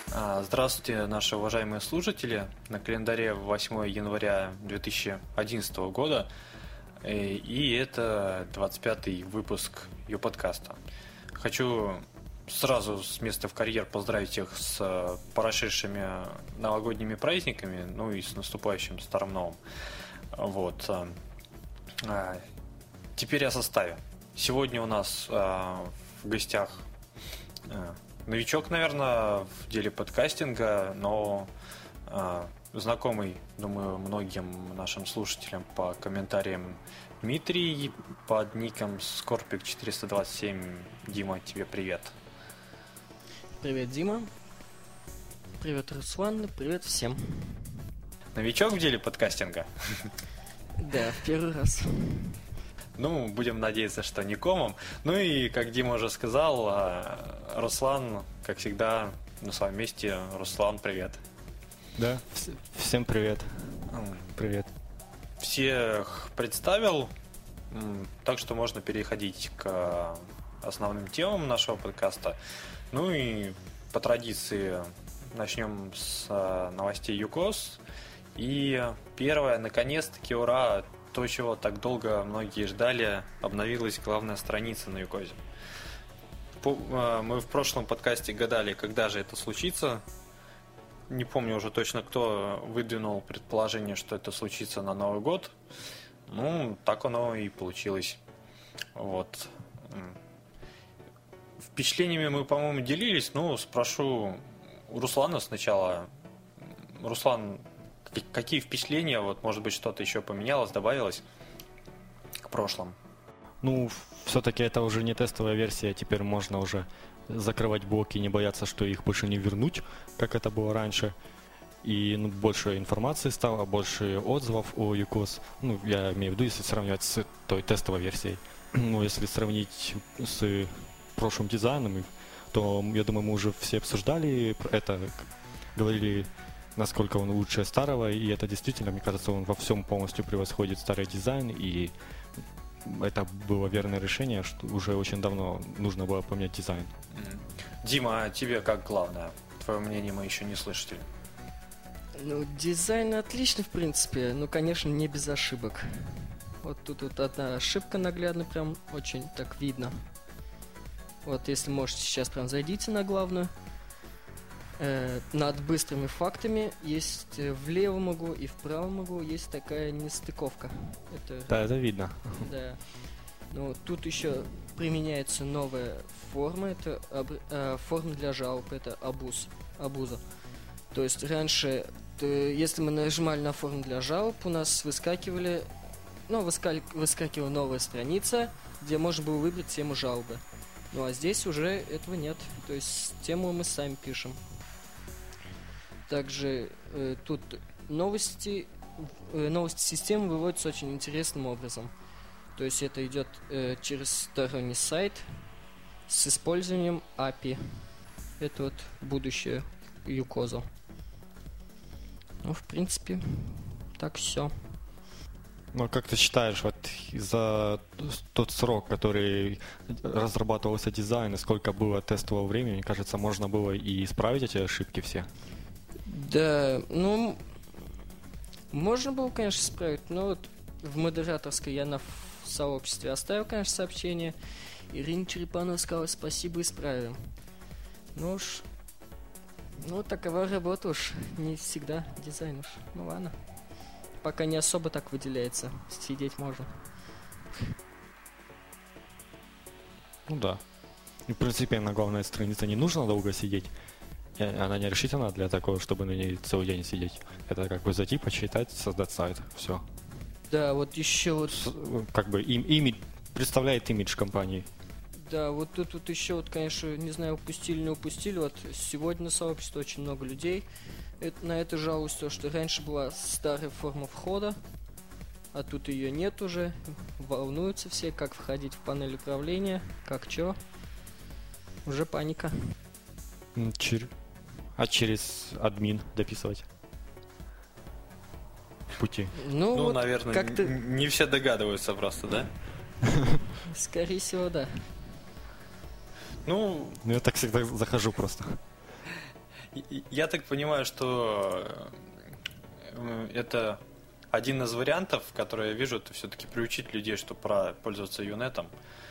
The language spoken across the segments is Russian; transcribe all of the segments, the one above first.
Здравствуйте, наши уважаемые слушатели. На календаре 8 января 2011 года, и это 25-й выпуск ее подкаста. Хочу сразу с места в карьер поздравить их с прошедшими новогодними праздниками, ну и с наступающим Старым Новым. Вот. Теперь о составе. Сегодня у нас в гостях новичок, наверное, в деле подкастинга, но знакомый, думаю, многим нашим слушателям по комментариям Дмитрий под ником Scorpic427. Дима, тебе привет. Привет, Дима. Привет, Руслан. Привет всем. Новичок в деле подкастинга? Да, в первый раз. Ну, будем надеяться, что не комом. Ну и, как Дима уже сказал, Руслан, как всегда, на своем месте. Руслан, привет. Да, всем привет. Привет. Всех представил, так что можно переходить к основным темам нашего подкаста. Ну и по традиции начнем с новостей ЮКОС. И первое, наконец-таки, ура! То, чего так долго многие ждали, обновилась главная страница на ЮКОЗе. Мы в прошлом подкасте гадали, когда же это случится. Не помню уже точно, кто выдвинул предположение, что это случится на Новый год. Ну, так оно и получилось. Вот. Впечатлениями мы, по-моему, делились. Ну, спрошу у Руслана сначала. Руслан, какие впечатления, вот, может быть, что-то еще поменялось, добавилось к прошлым? Ну, все-таки это уже не тестовая версия, теперь можно уже закрывать блоки и не бояться, что их больше не вернуть, как это было раньше. И больше информации стало, больше отзывов о UCOS. Ну, я имею в виду, если сравнивать с той тестовой версией. Ну, если сравнить с прошлым дизайном, то, я думаю, мы уже все обсуждали это, говорили, насколько он лучше старого, и это действительно, мне кажется, он во всем полностью превосходит старый дизайн, и это было верное решение, что уже очень давно нужно было поменять дизайн. Дима, а тебе как главное? Твое мнение мы еще не слышали. Ну, дизайн отличный, в принципе, но, конечно, не без ошибок. Вот тут вот одна ошибка наглядно, прям очень так видно. Вот, если можете, сейчас прям зайдите на главную. Над быстрыми фактами есть в левом углу и в правом углу есть такая нестыковка. Да, это видно. Да. Ну, тут еще применяется новая форма, это форма для жалоб, это абуза. То есть раньше, если мы нажимали на форму для жалоб, у нас выскакивала новая страница, где можно было выбрать тему жалобы. Ну а здесь уже этого нет, то есть тему мы сами пишем. Также тут новости системы выводятся очень интересным образом. То есть это идет через сторонний сайт с использованием API. Это вот будущее ЮКОЗа. Ну, в принципе, так все. Ну, как ты считаешь, вот за тот срок, который разрабатывался дизайн, и сколько было тестового времени, мне кажется, можно было и исправить эти ошибки все? Да, ну, можно было, конечно, исправить, но вот в модераторской я в сообществе оставил, конечно, сообщение. Ирине Черепановой сказала: спасибо, исправим. Ну уж, такова работа уж, не всегда дизайн уж. Ну ладно, пока не особо так выделяется, сидеть можно. Ну да. И, в принципе, на главной странице не нужно долго сидеть. Она не рассчитана для такого, чтобы на ней целый день сидеть. Это как бы зайти, почитать, создать сайт. Все. Да, вот еще вот... Как бы представляет имидж компании. Да, вот тут вот еще вот, конечно, не знаю, упустили, не упустили. Вот сегодня на сообществе очень много людей на это жалуюсь, то, что раньше была старая форма входа, а тут ее нет уже. Волнуются все, как входить в панель управления, как чё. Уже паника. А через админ дописывать пути? Ну вот наверное, как-то... не все догадываются просто, да? Скорее всего, да. Ну, я так всегда захожу просто. Я так понимаю, что это один из вариантов, который я вижу, это все-таки приучить людей, чтобы пользоваться Юнетом,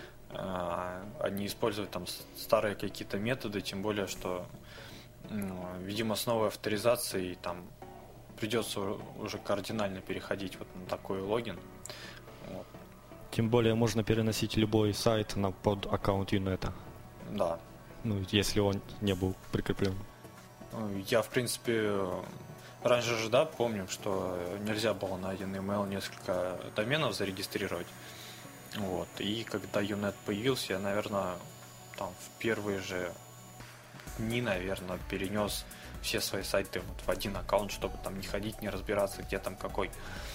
а не использовать там старые какие-то методы, тем более, что, видимо, с новой авторизацией там придется уже кардинально переходить вот на такой логин. Вот. Тем более можно переносить любой сайт под аккаунт Юнета. Да. Ну, если он не был прикреплен. Я, в принципе, раньше же, да, помню, что нельзя было на один email несколько доменов зарегистрировать. Вот. И когда Юнет появился, я, наверное, там в первые же дни, наверное, перенес все свои сайты вот в один аккаунт, чтобы там не ходить, не разбираться, где там какой.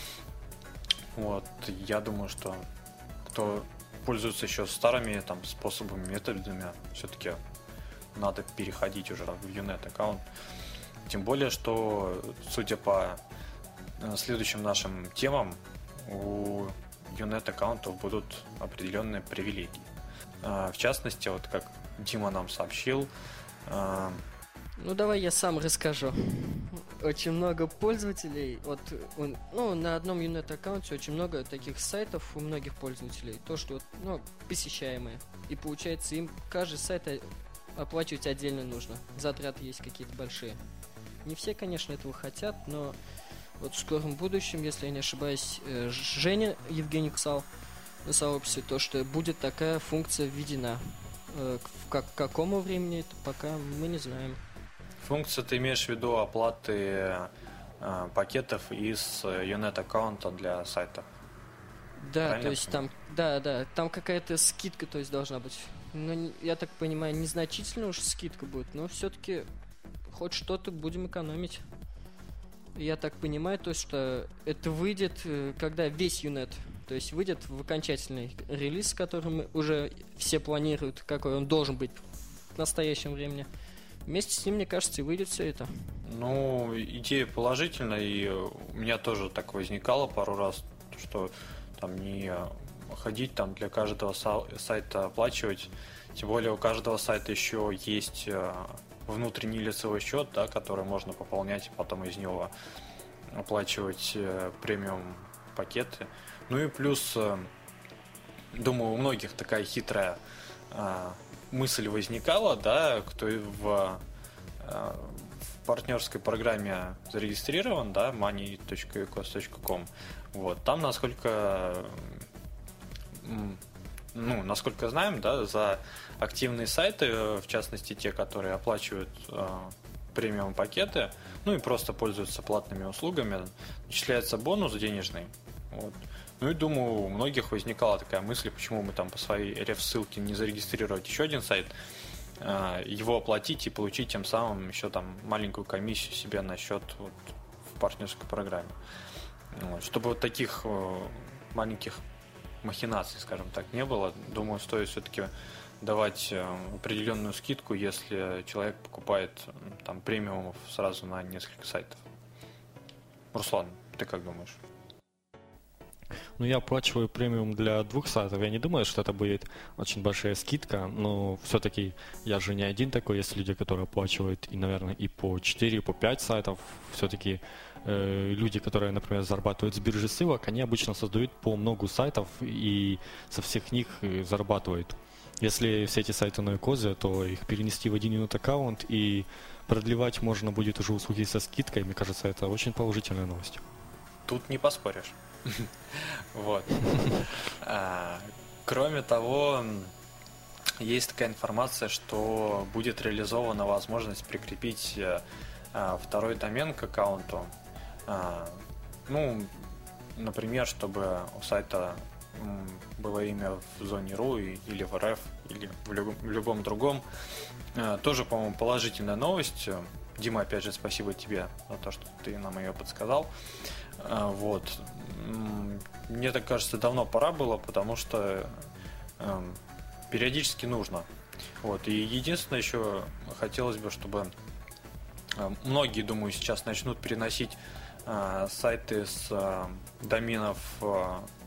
Вот. Я думаю, что кто пользуется еще старыми там способами, методами, все-таки надо переходить уже в Юнет аккаунт. Тем более, что, судя по следующим нашим темам, у Юнет аккаунтов будут определенные привилегии. В частности, вот как Дима нам сообщил. Ну, давай я сам расскажу. Очень много пользователей, вот, на одном Юнет аккаунте очень много таких сайтов у многих пользователей, то, что, посещаемые. И получается, им каждый сайт оплачивать отдельно нужно. Затраты есть какие-то большие. Не все, конечно, этого хотят, но вот в скором будущем, если я не ошибаюсь, Женя Евгений писал на сообществе, то, что будет такая функция введена. К какому времени, это пока мы не знаем. Функция, ты имеешь в виду оплаты пакетов из Юнет аккаунта для сайта? Да, правильно? То есть там, да, там какая-то скидка, то есть должна быть. Но я так понимаю, незначительная уж скидка будет, но все-таки хоть что-то будем экономить. Я так понимаю, то, что это выйдет, когда весь Юнет, то есть выйдет в окончательный релиз, который мы уже все планируют, какой он должен быть в настоящем времени. Вместе с ним, мне кажется, и выйдет все это. Ну, идея положительная, и у меня тоже так возникало пару раз, что там не ходить там для каждого сайта оплачивать. Тем более у каждого сайта еще есть внутренний лицевой счет, да, который можно пополнять и потом из него оплачивать премиум пакеты. Ну и плюс, думаю, у многих такая хитрая мысль возникала, да, кто в партнерской программе зарегистрирован, да, money.ecos.com. Вот, там, насколько знаем, да, за активные сайты, в частности те, которые оплачивают премиум пакеты, ну и просто пользуются платными услугами, начисляется бонус денежный. Вот. Ну и думаю, у многих возникала такая мысль, почему мы там по своей реф-ссылке не зарегистрировать еще один сайт, его оплатить и получить тем самым еще там маленькую комиссию себе на счет вот, в партнерской программе. Вот. Чтобы вот таких маленьких махинаций, скажем так, не было, думаю, стоит все-таки давать определенную скидку, если человек покупает там премиумов сразу на несколько сайтов. Руслан, ты как думаешь? Ну, я оплачиваю премиум для 2 сайтов. Я не думаю, что это будет очень большая скидка, но все-таки я же не один такой. Есть люди, которые оплачивают, и, наверное, и по 4, и по 5 сайтов. Все-таки люди, которые, например, зарабатывают с биржи ссылок, они обычно создают по много сайтов и со всех них зарабатывают. Если все эти сайты на Экозе, то их перенести в один Юнет аккаунт и продлевать можно будет уже услуги со скидкой. Мне кажется, это очень положительная новость. Тут не поспоришь. Вот. Кроме того, есть такая информация, что будет реализована возможность прикрепить второй домен к аккаунту. Ну, например, чтобы у сайта было имя в зоне .ru или в РФ, или в любом другом. Тоже, по-моему, положительная новость. Дима, опять же, спасибо тебе за то, что ты нам ее подсказал. Вот. Мне так кажется, давно пора было, потому что периодически нужно. Вот. И единственное, еще хотелось бы, чтобы многие, думаю, сейчас начнут переносить сайты с доменов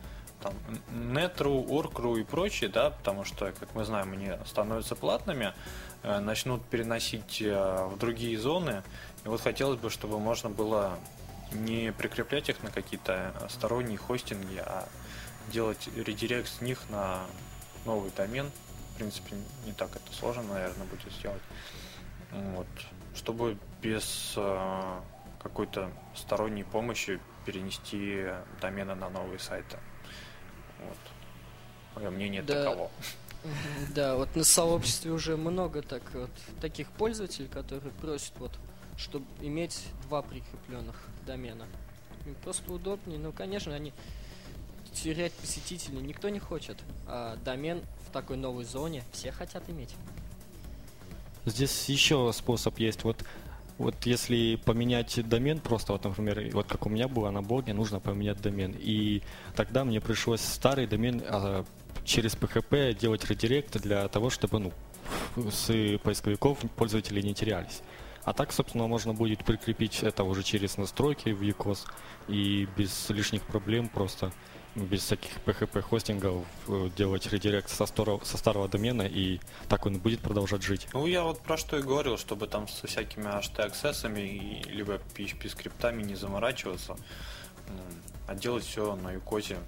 там Net.ru, Org.ru и прочие, да, потому что, как мы знаем, они становятся платными, начнут переносить в другие зоны. И вот хотелось бы, чтобы можно было не прикреплять их на какие-то сторонние хостинги, а делать редирект с них на новый домен. В принципе, не так это сложно, наверное, будет сделать. Вот. Чтобы без какой-то сторонней помощи перенести домены на новые сайты. Вот. Мое мнение таково. Да, вот на сообществе уже много таких пользователей, которые просят чтобы иметь 2 прикрепленных домена. Им просто удобнее. Ну, конечно, они терять посетителей никто не хочет, а домен в такой новой зоне все хотят иметь. Здесь еще способ есть. Вот если поменять домен, просто например, как у меня было на блоге, нужно поменять домен. И тогда мне пришлось старый домен через PHP делать редирект для того, чтобы с поисковиков пользователи не терялись. А так, собственно, можно будет прикрепить это уже через настройки в UCOS и без лишних проблем, просто без всяких PHP-хостингов делать редирект со старого домена, и так он будет продолжать жить. Ну, я вот про что и говорил, чтобы там со всякими HT-аксессами либо PHP-скриптами не заморачиваться, а делать все на UCOS.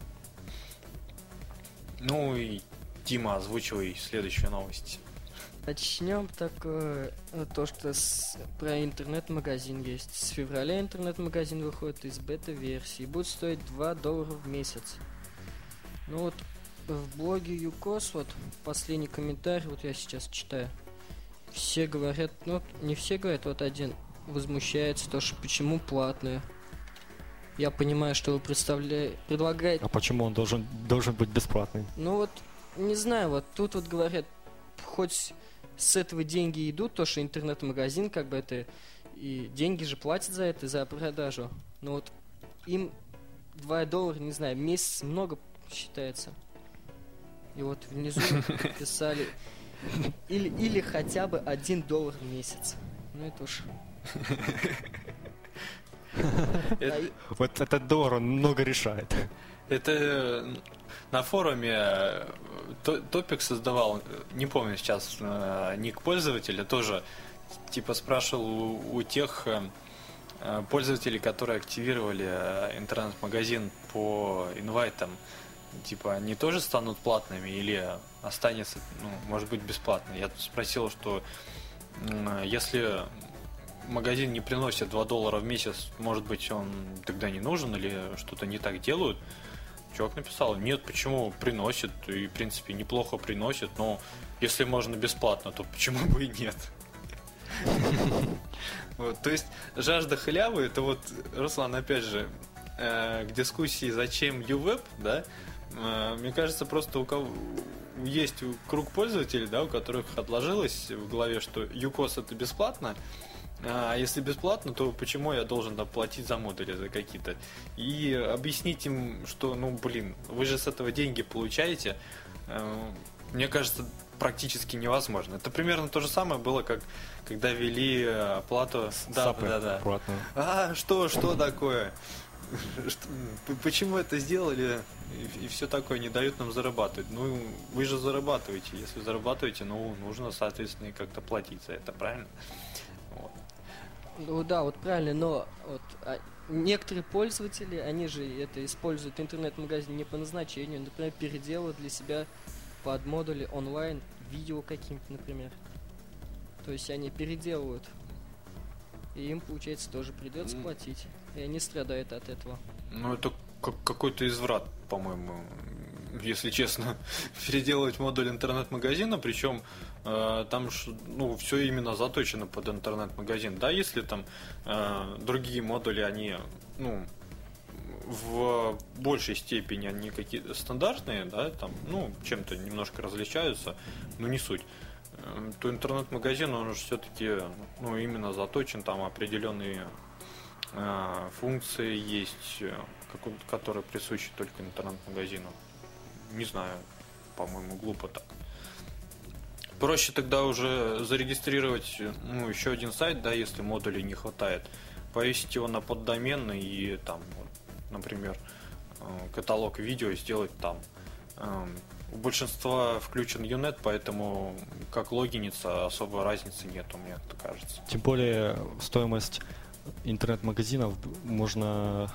Ну и Дима, озвучивай следующую новость. Начнем такое, то, что про интернет-магазин есть. С февраля интернет-магазин выходит из бета-версии. Будет стоить $2 в месяц. Ну вот, в блоге UCOS, последний комментарий, я сейчас читаю. Все говорят, не все говорят, один возмущается, что почему платное. Я понимаю, что вы предлагаете... А почему он должен быть бесплатным? Не знаю, тут говорят, хоть с этого деньги идут, то, что интернет-магазин, это, и деньги же платят за это, за продажу. Но им $2, не знаю, месяц много считается. И внизу писали, или хотя бы $1 в месяц. Ну это уж... Вот этот доллар, он много решает. Это на форуме топик создавал, не помню сейчас ник пользователя, тоже спрашивал у тех пользователей, которые активировали интернет-магазин по инвайтам, они тоже станут платными или останется, может быть, бесплатно. Я спросил, что если магазин не приносит $2 в месяц, может быть, он тогда не нужен или что-то не так делают. Чувак написал, нет, почему приносит, и в принципе неплохо приносит, но если можно бесплатно, то почему бы и нет? То есть жажда халявы, это Руслан, опять же, к дискуссии, зачем UWeb, да, мне кажется, просто у кого есть круг пользователей, да, у которых отложилось в голове, что UCOS это бесплатно, а если бесплатно, то почему я должен платить за модули, за какие-то? И объяснить им, что, вы же с этого деньги получаете, мне кажется, практически невозможно. Это примерно то же самое было, как когда ввели оплату... Да. Что такое? Почему это сделали и все такое, не дают нам зарабатывать? Вы же зарабатываете. Если зарабатываете, нужно, соответственно, и как-то платить за это, правильно? Правильно, но некоторые пользователи, они же используют интернет-магазин не по назначению, например, переделывают для себя под модули онлайн видео каким-то, например. То есть они переделывают. И им, получается, тоже придется платить. И они страдают от этого. Это какой-то изврат, по-моему, если честно, переделывать модуль интернет-магазина, причем там все именно заточено под интернет-магазин. Да, если там другие модули, они в большей степени они какие-то стандартные, да, там, чем-то немножко различаются, но не суть. То интернет-магазин, он же все-таки именно заточен, там определенные функции есть, которые присущи только интернет-магазину. Не знаю, по-моему, глупо так. Проще тогда уже зарегистрировать еще один сайт, да, если модулей не хватает, повесить его на поддомен и там, например, каталог видео сделать там. У большинства включен Unet, поэтому как логиниться особой разницы нету, мне так кажется. Тем более стоимость интернет-магазинов можно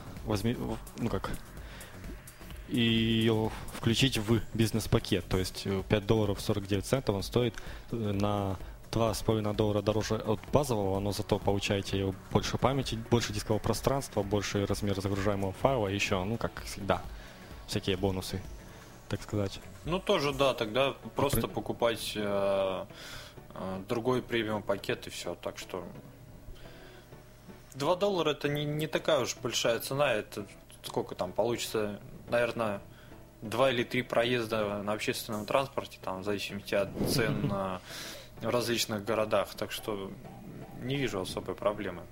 и ее включить в бизнес-пакет. То есть $5.49 он стоит на $2,5 дороже от базового, но зато получаете больше памяти, больше дискового пространства, больше размер загружаемого файла, и еще, как всегда, всякие бонусы, так сказать. Тоже да, тогда просто покупать другой премиум пакет и все. Так что $2 это не такая уж большая цена, это сколько там получится, наверное, 2 или 3 проезда на общественном транспорте, там, в зависимости от цен в различных городах, так что не вижу особой проблемы.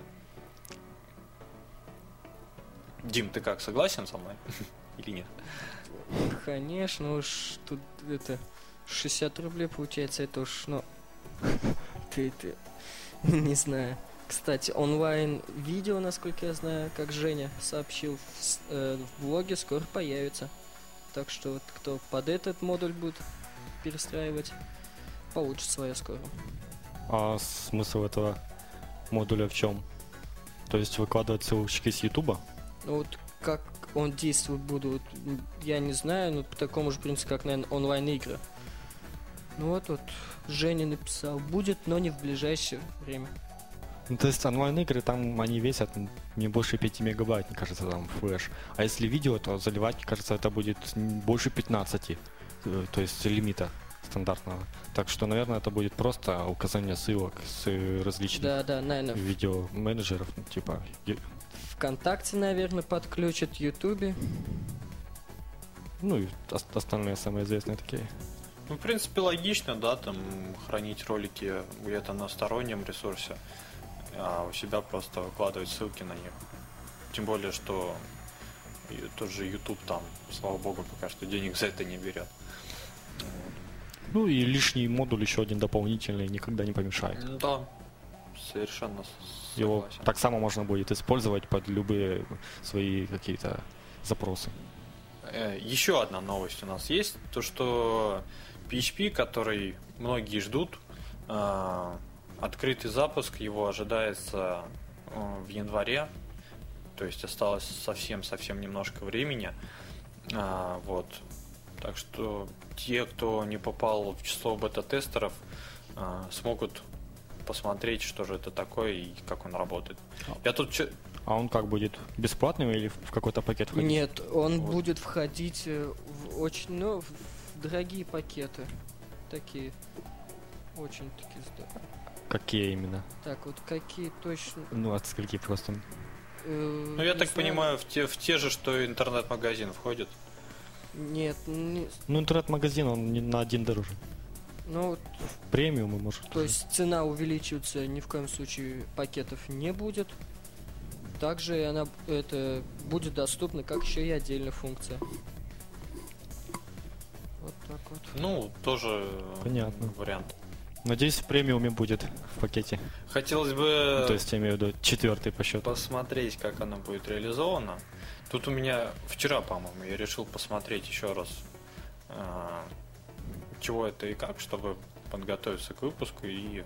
Дим, ты как, согласен со мной или нет? Конечно, уж тут это 60 рублей получается, это уж, ты не знаю. Кстати, онлайн-видео, насколько я знаю, как Женя сообщил в блоге, скоро появится. Так что вот кто под этот модуль будет перестраивать, получит свое скоро. А смысл этого модуля в чем? То есть выкладывать ссылочки с Ютуба? Как он действовать будет, я не знаю, по такому же принципу, как, наверное, онлайн-игры. Вот Женя написал, будет, но не в ближайшее время. То есть онлайн-игры там они весят не больше 5 мегабайт, мне кажется, там флеш. А если видео, то заливать, мне кажется, это будет больше 15, то есть лимита стандартного. Так что, наверное, это будет просто указание ссылок с различных наверное, видеоменеджеров, типа... ВКонтакте, наверное, подключат, Ютубе. И остальные самые известные такие. В принципе, логично, да, там хранить ролики где-то на стороннем ресурсе, а у себя просто выкладывать ссылки на них. Тем более, что тот же YouTube там, слава богу, пока что денег за это не берет. И лишний модуль еще один дополнительный никогда не помешает. Да, совершенно согласен. Его так само можно будет использовать под любые свои какие-то запросы. Еще одна новость у нас есть, то что PHP, который многие ждут, открытый запуск его ожидается в январе, то есть осталось совсем немножко времени, так что те, кто не попал в число бета-тестеров, смогут посмотреть, что же это такое и как он работает. А он как будет? Бесплатным или в какой-то пакет входить? Нет, он будет входить в очень, в дорогие пакеты. Такие. Очень такие здоровые. Какие именно? Так, какие точно. От скольки просто? Я так понимаю, в те же, что интернет-магазин входит. Нет, интернет-магазин, он не на один дороже. Премиум, может. То есть цена увеличивается, ни в коем случае пакетов не будет. Также это будет доступно, как еще и отдельная функция. Вот так вот. Тоже понятно. Вариант. Надеюсь, в премиуме будет в пакете. Хотелось бы... То есть, я имею в виду 4-й по счету. Посмотреть, как оно будет реализовано. Тут у меня вчера, по-моему, я решил посмотреть еще раз, чего это и как, чтобы подготовиться к выпуску, и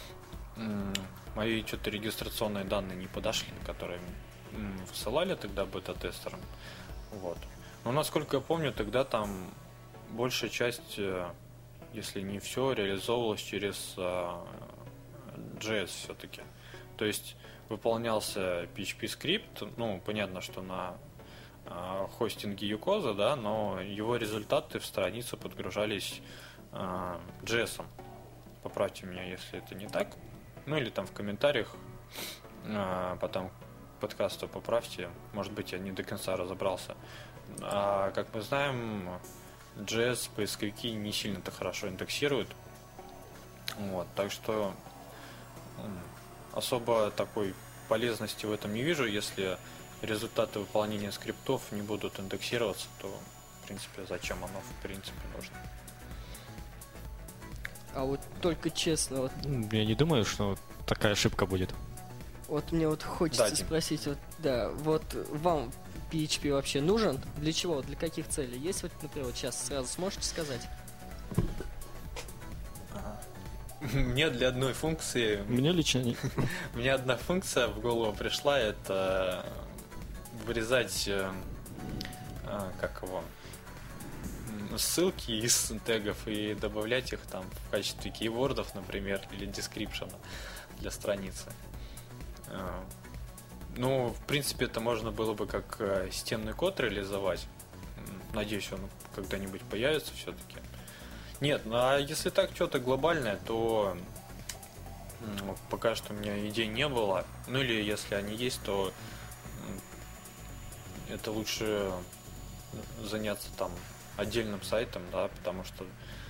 мои что-то регистрационные данные не подошли, которые высылали тогда бета-тестерам. Но насколько я помню, тогда там большая часть, если не все, реализовывалась через JS все-таки. То есть выполнялся PHP скрипт, понятно, что на хостинге Yukoza, да, но его результаты в страницу подгружались JS-ом. Поправьте меня, если это не так. Или там в комментариях потом к подкасту поправьте. Может быть, я не до конца разобрался. А как мы знаем, JS поисковики не сильно-то хорошо индексируют. Так что особо такой полезности в этом не вижу. Если результаты выполнения скриптов не будут индексироваться, то, в принципе, зачем оно в принципе нужно? А только честно, Я не думаю, что такая ошибка будет. Вот мне вот хочется Дим. спросить, вот, да, вот вам PHP вообще нужен? Для чего? Для каких целей? Есть вот, например, вот сейчас сразу сможете сказать? Мне для одной функции... Мне лично не... Мне одна функция в голову пришла, это вырезать, как его, ссылки из тегов и добавлять их там в качестве кейвордов, например, или дескрипшена для страницы. Ну, в принципе, это можно было бы как системный код реализовать. Надеюсь, он когда-нибудь появится все-таки. Нет, ну а если так что-то глобальное, то пока что у меня идей не было. Ну или если они есть, то это лучше заняться там отдельным сайтом, да, потому что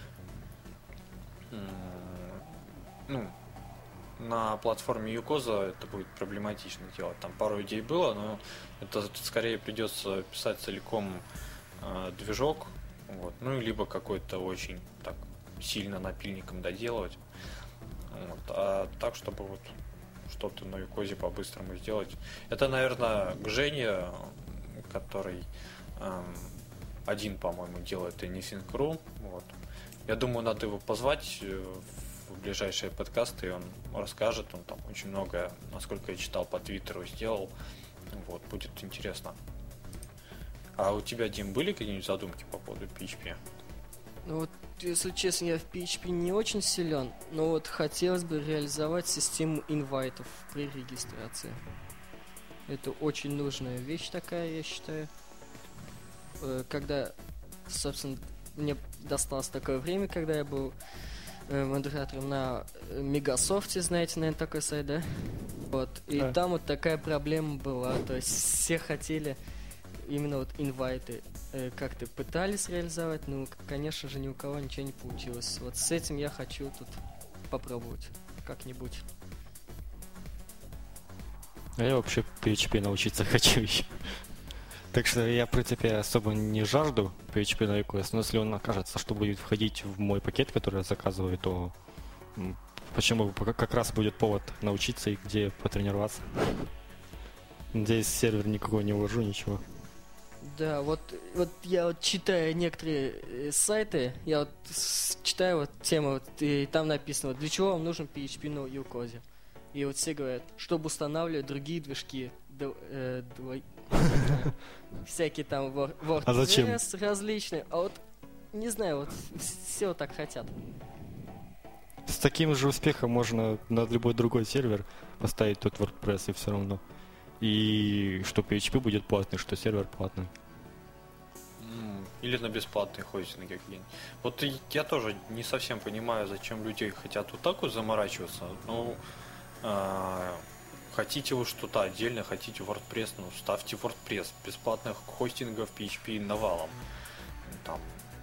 ну, на платформе Юкоза это будет проблематично делать. Там пару идей было, но это скорее придется писать целиком движок, вот, ну либо какой-то очень так сильно напильником доделывать. Вот, а так, чтобы вот что-то на Юкозе по-быстрому сделать. Это, наверное, к Жене, который один, по-моему, делает Anything.ru. Вот. Я думаю, надо его позвать в ближайшие подкасты, и он расскажет. Он там очень многое, насколько я читал, по Твиттеру сделал. Вот, будет интересно. А у тебя, Дим, были какие-нибудь задумки по поводу PHP? Ну вот, если честно, я в PHP не очень силен, но вот хотелось бы реализовать систему инвайтов при регистрации. Это очень нужная вещь такая, я считаю. Когда, собственно, мне досталось такое время, когда я был модератором на Мегасофте, знаете, наверное, такой сайт, да? Вот, и да. Там вот такая проблема была, то есть все хотели именно вот инвайты как-то пытались реализовать, но, конечно же, ни у кого ничего не получилось. Вот с этим я хочу тут попробовать как-нибудь. А я вообще PHP научиться хочу еще. Так что я, в принципе, особо не жажду PHP на iOS, но если он окажется, что будет входить в мой пакет, который я заказываю, то почему как раз будет повод научиться и где потренироваться. Надеюсь, сервер никакой не вложу, ничего. Да, вот я вот читаю некоторые сайты, я вот читаю вот тему, вот, и там написано, вот, для чего вам нужен PHP на Юкозе. И вот все говорят, чтобы устанавливать другие движки, всякие там WordPress различные, а вот не знаю, вот все так хотят. С таким же успехом можно на любой другой сервер поставить тот WordPress и все равно. И что PHP будет платный, что сервер платный. Или на бесплатные хостинги какие-нибудь. Вот я тоже не совсем понимаю, зачем люди хотят вот так вот заморачиваться. Ну, хотите вы что-то отдельно, хотите WordPress, ну ставьте WordPress. Бесплатных хостингов PHP навалом. Там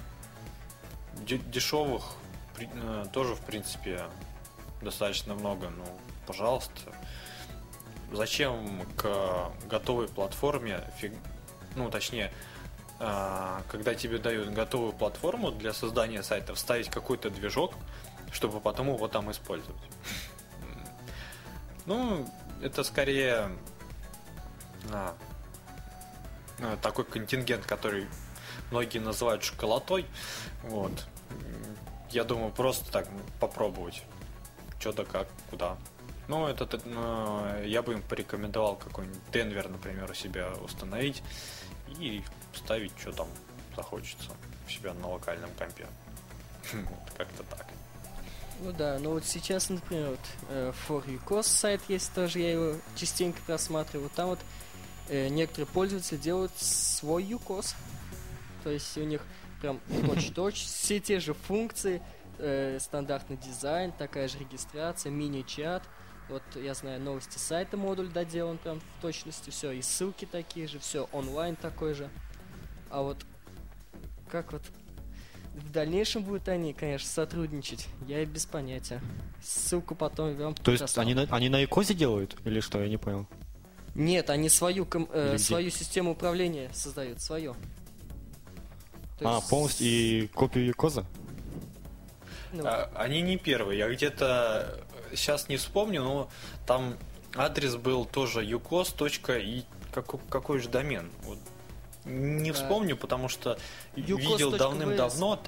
дешевых тоже, в принципе, достаточно много. Ну, пожалуйста. Зачем к готовой платформе, ну, точнее, когда тебе дают готовую платформу для создания сайта, вставить какой-то движок, чтобы потом его там использовать? Ну, это скорее такой контингент, который многие называют шоколатой. Вот. Я думаю, просто так попробовать. Что-то как, куда. Ну, я бы им порекомендовал какой-нибудь Денвер, например, у себя установить и ставить, что там захочется у себя на локальном компе. Как-то так. Ну да, ну вот сейчас, например, вот For UCOS сайт есть тоже, я его частенько просматриваю. Там вот некоторые пользователи делают свой UCOS. То есть у них прям точь-точь все те же функции, стандартный дизайн, такая же регистрация, мини-чат. Вот я знаю, новости сайта модуль доделан прям в точности, все, и ссылки такие же, все, онлайн такой же. А вот как вот в дальнейшем будут они, конечно, сотрудничать, я и без понятия. Ссылку потом вам То есть они на iOS делают? Или что, я не понял? Нет, они свою систему управления создают, свою. Полностью и копию iOS? Ну. Они не первые, я где-то сейчас не вспомню, но там адрес был тоже ucos. И какой же домен? Вот. Не вспомню, потому что видел давным-давно.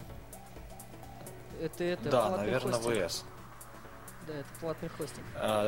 Это да, платный наверное, хостинг. ВС. Да, это платный хостинг.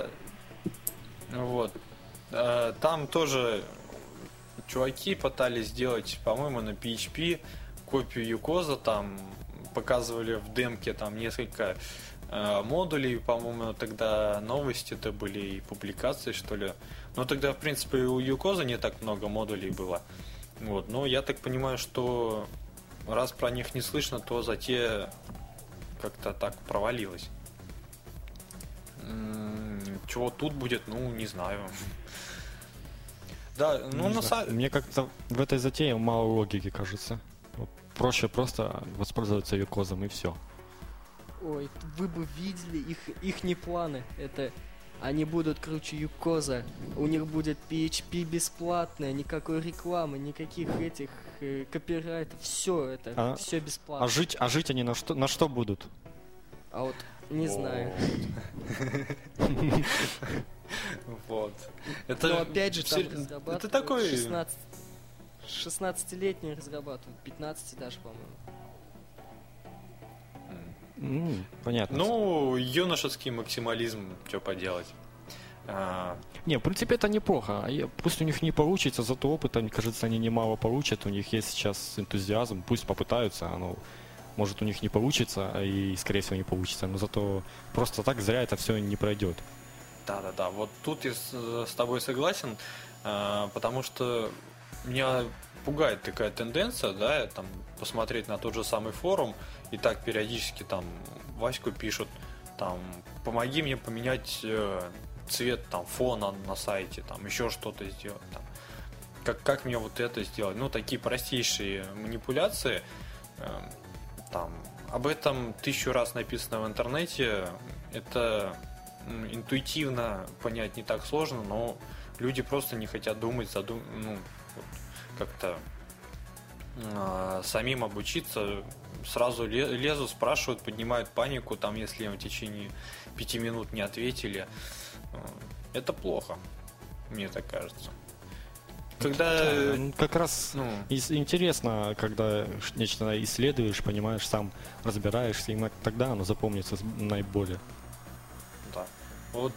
Вот. Там тоже чуваки пытались сделать, по-моему, на PHP копию юкоза, там показывали в демке там несколько модулей, по-моему, тогда новости это были и публикации, что ли. Но тогда, в принципе, у юкоза не так много модулей было. Вот. Но я так понимаю, что раз про них не слышно, то затея как-то так провалилась. Чего тут будет, ну, не знаю. Да, ну, на самом... Мне как-то в этой затее мало логики, кажется. Проще просто воспользоваться юкозом и все. Ой, вы бы видели их не планы. Это они будут круче юкоза. У них будет PHP бесплатное, никакой рекламы, никаких этих копирайтов. Все это, все бесплатно. А жить они на что будут? А вот не знаю. Вот. Но опять же там разрабатывают. Это такой 16-летние разрабатывают, 15 даже, по-моему. Понятно. Ну, юношеский максимализм, что поделать. Не, в принципе, это неплохо. Пусть у них не получится, зато опыта, мне кажется, они немало получат. У них есть сейчас энтузиазм, пусть попытаются. Оно, может, у них не получится, и, скорее всего, не получится. Но зато просто так зря это все не пройдет. Да. Вот тут я с тобой согласен, потому что меня пугает такая тенденция, да, там, посмотреть на тот же самый форум, и так периодически там Ваську пишут, там, помоги мне поменять цвет там фона на сайте, там, еще что-то сделать, там, как мне вот это сделать, ну, такие простейшие манипуляции, там, об этом 1000 раз написано в интернете, это интуитивно понять не так сложно, но люди просто не хотят думать, ну, вот, как-то самим обучиться, сразу лезут, спрашивают, поднимают панику, там, если им в течение 5 минут не ответили. Это плохо, мне так кажется. Когда... Как раз интересно, когда нечто исследуешь, понимаешь, сам разбираешься, и тогда оно запомнится наиболее. Да. Вот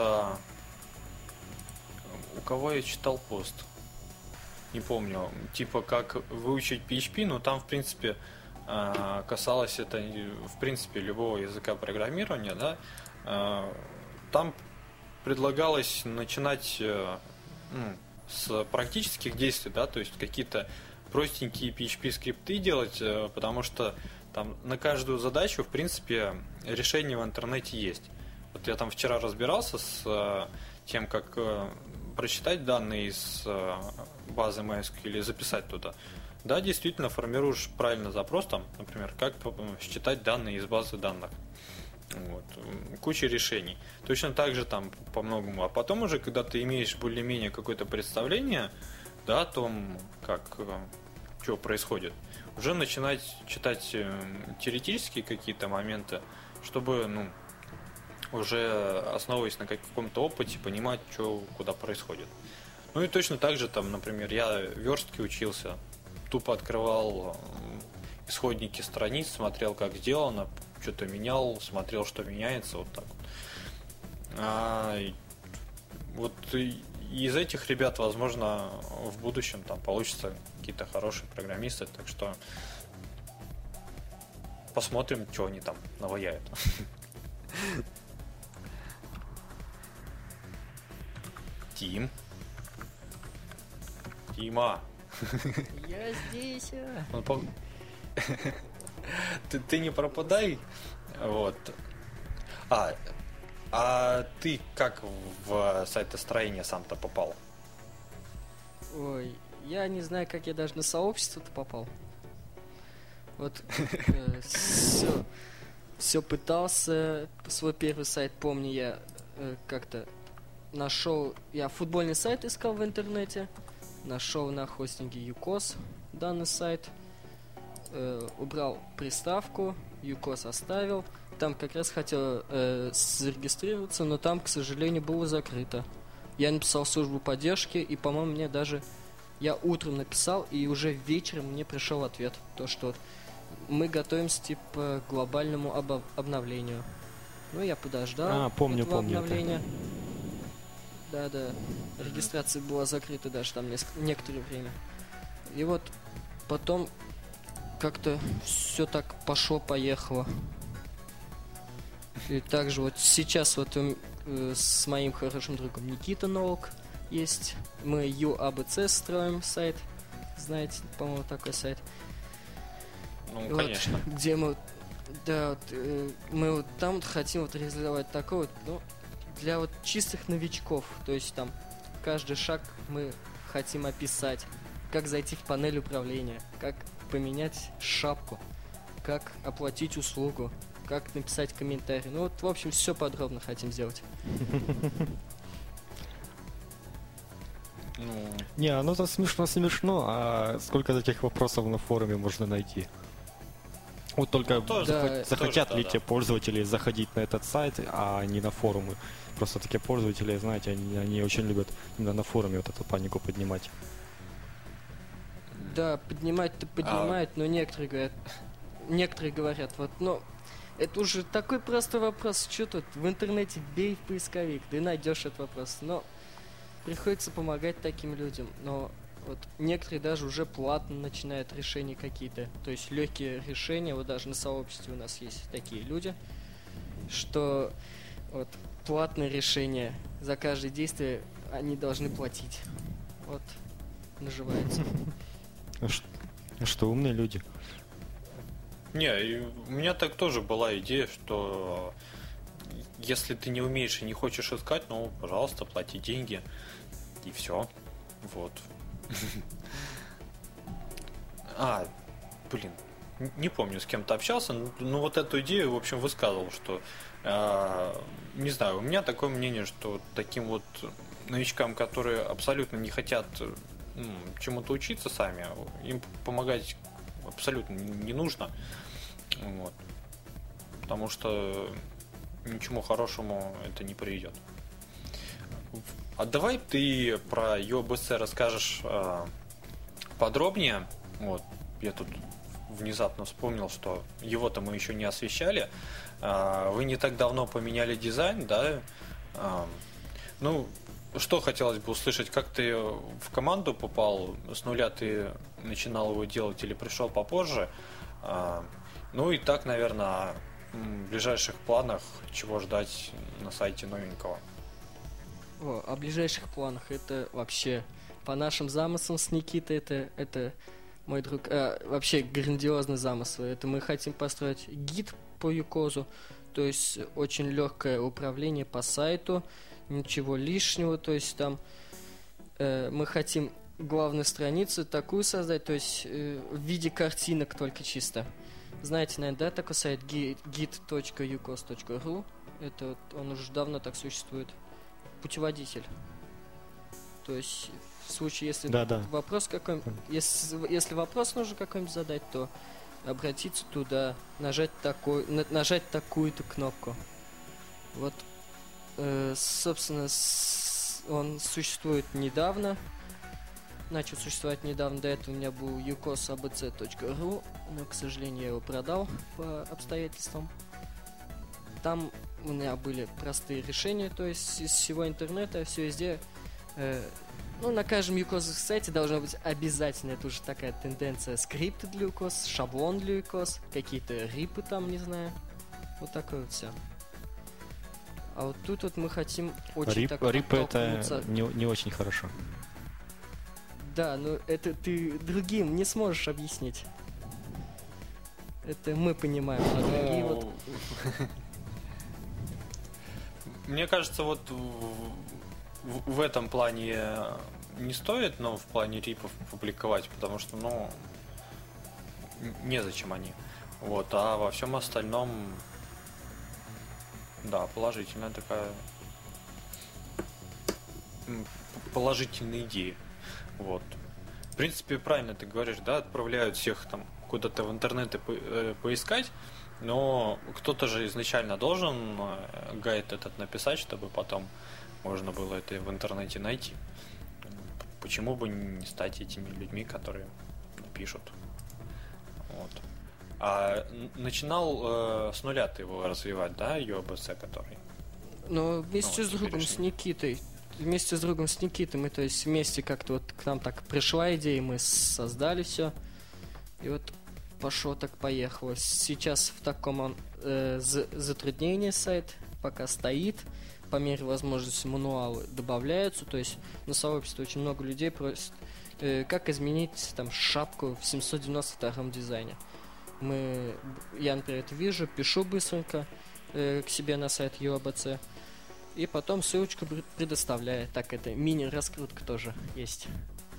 у кого я читал пост? Не помню, типа как выучить PHP, но там, в принципе, касалось это, в принципе, любого языка программирования, да, там предлагалось начинать с практических действий, да, то есть какие-то простенькие PHP скрипты делать, потому что там на каждую задачу, в принципе, решение в интернете есть. Вот я там вчера разбирался с тем, как прочитать данные из базы MySQL или записать туда. Да, действительно, формируешь правильно запрос, там, например, как считать данные из базы данных. Вот. Куча решений. Точно так же там по-многому. А потом уже, когда ты имеешь более-менее какое-то представление, да, о том, как, что происходит, уже начинать читать теоретические какие-то моменты, чтобы, ну, уже основываясь на каком-то опыте, понимать, что куда происходит. Ну и точно так же, там, например, я верстке учился, тупо открывал исходники страниц, смотрел, как сделано, что-то менял, смотрел, что меняется, вот так вот. Вот из этих ребят, возможно, в будущем там получатся какие-то хорошие программисты, так что посмотрим, что они там наваяют. Тима. Я здесь. Ты не пропадай. Вот. А ты как в сайтостроение сам-то попал? Ой, я не знаю, как я даже на сообщество-то попал. Вот все пытался. Свой первый сайт, помню, я как-то нашел. Я футбольный сайт искал в интернете. Нашел на хостинге UCOS данный сайт. Убрал приставку, UCOS оставил, там как раз хотел зарегистрироваться, но там, к сожалению, было закрыто. Я написал в службу поддержки, и, по-моему, мне даже... Я утром написал, и уже вечером мне пришел ответ. То, что мы готовимся, типа, к глобальному обновлению. Ну, я подождал помню обновления. Да. Регистрация была закрыта даже там некоторое время. И вот потом как-то все так пошло-поехало. И также вот сейчас вот с моим хорошим другом Никита Ноук есть. Мы UABC строим сайт. Знаете, по-моему, такой сайт. Ну, вот, конечно. Где мы... Да, вот, мы вот там вот хотим вот реализовать такой вот, ну, для вот чистых новичков. То есть там каждый шаг мы хотим описать. Как зайти в панель управления, как поменять шапку, как оплатить услугу, как написать комментарий. Ну вот, в общем, все подробно хотим сделать. Не, ну это смешно, а сколько таких вопросов на форуме можно найти? Вот только захотят ли те пользователи заходить на этот сайт, а не на форумы. Просто такие пользователи, знаете, они очень любят именно на форуме вот эту панику поднимать. Да, поднимать-то поднимают, но некоторые говорят, вот, ну, это уже такой простой вопрос, что тут в интернете бей в поисковик, ты найдешь этот вопрос, но приходится помогать таким людям, но вот некоторые даже уже платно начинают решения какие-то, то есть легкие решения, вот даже на сообществе у нас есть такие люди, что вот платные решения за каждое действие они должны платить, вот, наживается. Что умные люди. Не, у меня так тоже была идея, что если ты не умеешь и не хочешь искать, ну, пожалуйста, плати деньги. И все. Вот. Не помню, с кем-то общался, но вот эту идею, в общем, высказывал, что не знаю, у меня такое мнение, что таким вот новичкам, которые абсолютно не хотят чему-то учиться сами, им помогать абсолютно не нужно. Вот. Потому что ничему хорошему это не приведет. А давай ты про UABC расскажешь подробнее. Вот. Я тут внезапно вспомнил, что его-то мы еще не освещали. Вы не так давно поменяли дизайн, да? Ну, что хотелось бы услышать, как ты в команду попал, с нуля ты начинал его делать или пришел попозже? Ну и так, наверное, в ближайших планах, чего ждать на сайте новенького? О ближайших планах, это вообще по нашим замыслам с Никитой, это мой друг, вообще грандиозный замысел. Это мы хотим построить гид по ЮКОСу, то есть очень легкое управление по сайту, ничего лишнего, то есть там мы хотим главную страницу такую создать, то есть в виде картинок только чисто. Знаете, наверное, да, такой сайт git.ucos.ru, это вот, он уже давно так существует. Путеводитель. То есть в случае, если вопрос какой-нибудь, если вопрос нужно какой-нибудь задать, то обратиться туда, нажать такую-то кнопку. Вот, собственно, он существует недавно. Начал существовать недавно. До этого у меня был ucosabc.ru, но, к сожалению, я его продал по обстоятельствам. Там у меня были простые решения, то есть из всего интернета, все везде. Ну, на каждом UCOS сайте должно быть обязательно, это уже такая тенденция, скрипты для UCOS, шаблон для UCOS, какие-то рипы там, не знаю. Вот такое вот все. А вот тут вот мы хотим очень рипы это не очень хорошо. Да, но это ты другим не сможешь объяснить. Это мы понимаем, а другие вот... Мне кажется, вот в этом плане не стоит, но в плане рипов публиковать, потому что, ну, незачем они. Вот, а во всем остальном, да, положительная такая положительная идея. Вот. В принципе, правильно ты говоришь, да, отправляют всех там куда-то в интернет поискать. Но кто-то же изначально должен гайд этот написать, чтобы потом можно было это в интернете найти. Почему бы не стать этими людьми, которые пишут? Вот. А начинал с нуля ты его развивать, да, UABC, который? Но вместе с другом, с Никитой. Вместе с другом, с Никитой мы, то есть, вместе как-то вот к нам так пришла идея, мы создали все. И вот пошло так поехало. Сейчас в таком затруднении сайт пока стоит. По мере возможности мануалы добавляются. То есть на сообществе очень много людей просят, как изменить там шапку в 792 дизайне. Я, например, это вижу, пишу быстренько к себе на сайт UABC. И потом ссылочку предоставляю. Так, это мини-раскрутка тоже есть.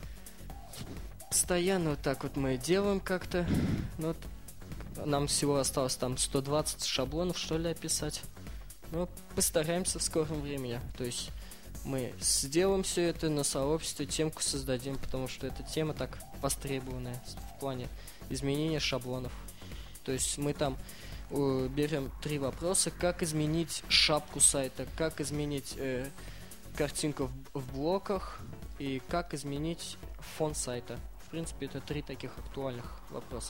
Постоянно вот так вот мы делаем как-то. Ну, вот нам всего осталось там 120 шаблонов, что ли, описать. Но постараемся в скором времени. То есть мы сделаем все это на сообществе, темку создадим, потому что эта тема так востребованная в плане изменения шаблонов. То есть мы там берем 3 вопроса: как изменить шапку сайта, как изменить картинку в блоках и как изменить фон сайта. В принципе, это 3 таких актуальных вопроса.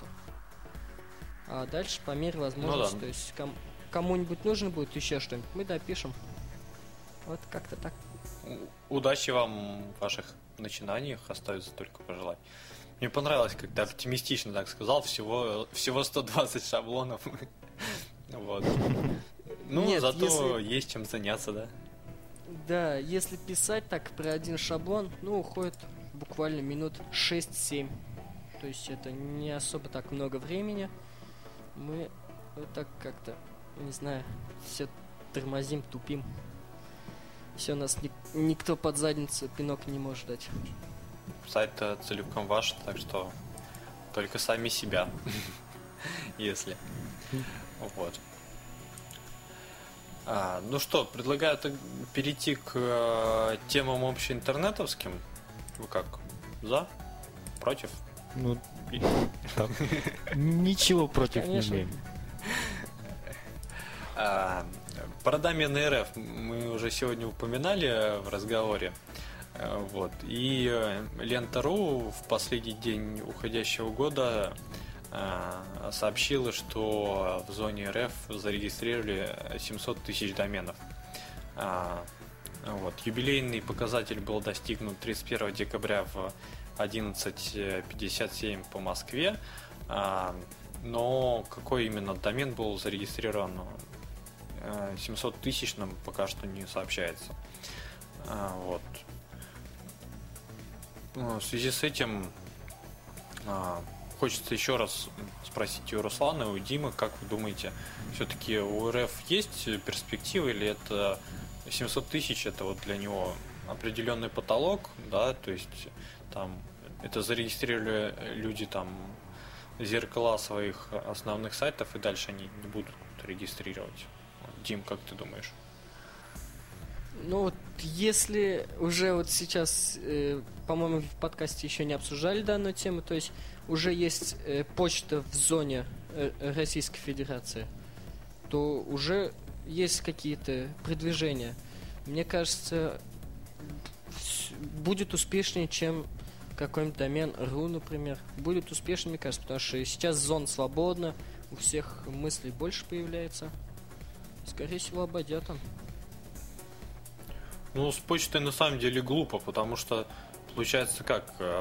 А дальше по мере возможности, ну да. То есть кому-нибудь нужно будет еще что-нибудь, мы допишем. Вот как-то так. Удачи вам в ваших начинаниях, остается только пожелать. Мне понравилось, когда оптимистично так сказал, всего 120 шаблонов. Вот. Ну, нет, зато есть чем заняться, да? Да, если писать так про один шаблон, ну, уходит буквально минут 6-7. То есть это не особо так много времени. Мы вот так как-то, не знаю, все тормозим, тупим. Все, нас никто под задницу пинок не может дать. Сайт целиком ваш, так что только сами себя, если. Вот. Ну что, предлагаю перейти к темам общеинтернетовским. Вы как? За? Против? Ну, так. Ничего против не Конечно. имеем. Про домены РФ мы уже сегодня упоминали в разговоре. Вот. И Лента.ру в последний день уходящего года сообщила, что в зоне РФ зарегистрировали 700 тысяч доменов. Вот. Юбилейный показатель был достигнут 31 декабря в 11:57 по Москве. Но какой именно домен был зарегистрирован 700 тысяч, нам пока что не сообщается. Вот. В связи с этим хочется еще раз спросить у Руслана и у Димы, как вы думаете, все-таки у РФ есть перспективы, или это 700 тысяч, это вот для него определенный потолок, да, то есть там это зарегистрировали люди там зеркала своих основных сайтов, и дальше они не будут регистрировать. Дим, как ты думаешь? Ну вот, если уже вот сейчас, по-моему, в подкасте еще не обсуждали данную тему, то есть уже есть почта в зоне Российской Федерации, то уже есть какие-то продвижения. Мне кажется, будет успешнее, чем какой-нибудь домен .ru, например. Будет успешнее, мне кажется, потому что сейчас зона свободна, у всех мыслей больше появляется. Скорее всего, обойдет он. Ну, с почтой на самом деле глупо, потому что получается как...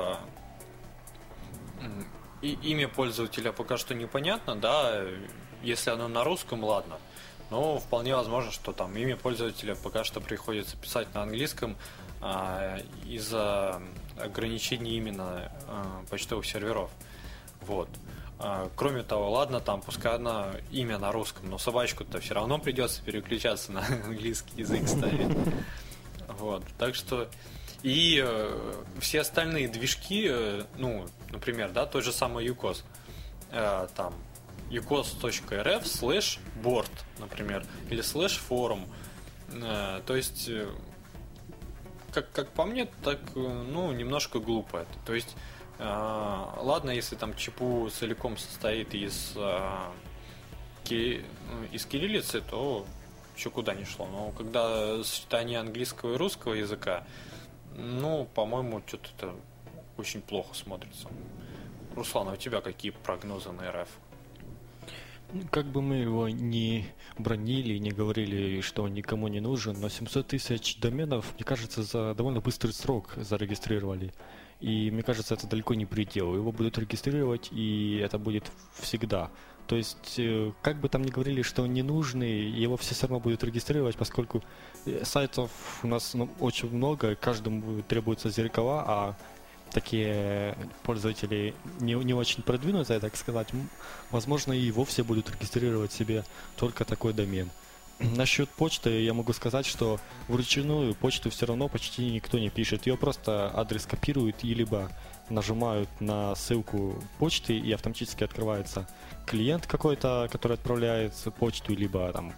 имя пользователя пока что непонятно, да, если оно на русском, ладно. Но вполне возможно, что там имя пользователя пока что приходится писать на английском из-за ограничений именно почтовых серверов. Вот. Кроме того, ладно, там пускай одно имя на русском, но собачку-то все равно придется переключаться на английский язык ставить. Вот. Так что и все остальные движки, ну, например, да, тот же самый UCOS, там ucos.rf/board, например, или /forum. То есть, как по мне, так, ну, немножко глупо это. То есть, ладно, если там ЧПУ целиком состоит из из кириллицы, то еще куда ни шло. Но когда сочетание английского и русского языка, ну, по-моему, что-то это очень плохо смотрится. Руслан, а у тебя какие прогнозы на РФ? Как бы мы его не бронили, не говорили, что он никому не нужен, но 700 тысяч доменов, мне кажется, за довольно быстрый срок зарегистрировали. И мне кажется, это далеко не предел. Его будут регистрировать, и это будет всегда. То есть, как бы там ни говорили, что он не нужный, его все равно будут регистрировать, поскольку сайтов у нас очень много, каждому требуются зеркала, а такие пользователи не очень продвинутые, так сказать, возможно, и вовсе будут регистрировать себе только такой домен. Насчет почты я могу сказать, что вручную почту все равно почти никто не пишет. Ее просто адрес копируют и либо нажимают на ссылку почты и автоматически открывается клиент какой-то, который отправляет почту, либо там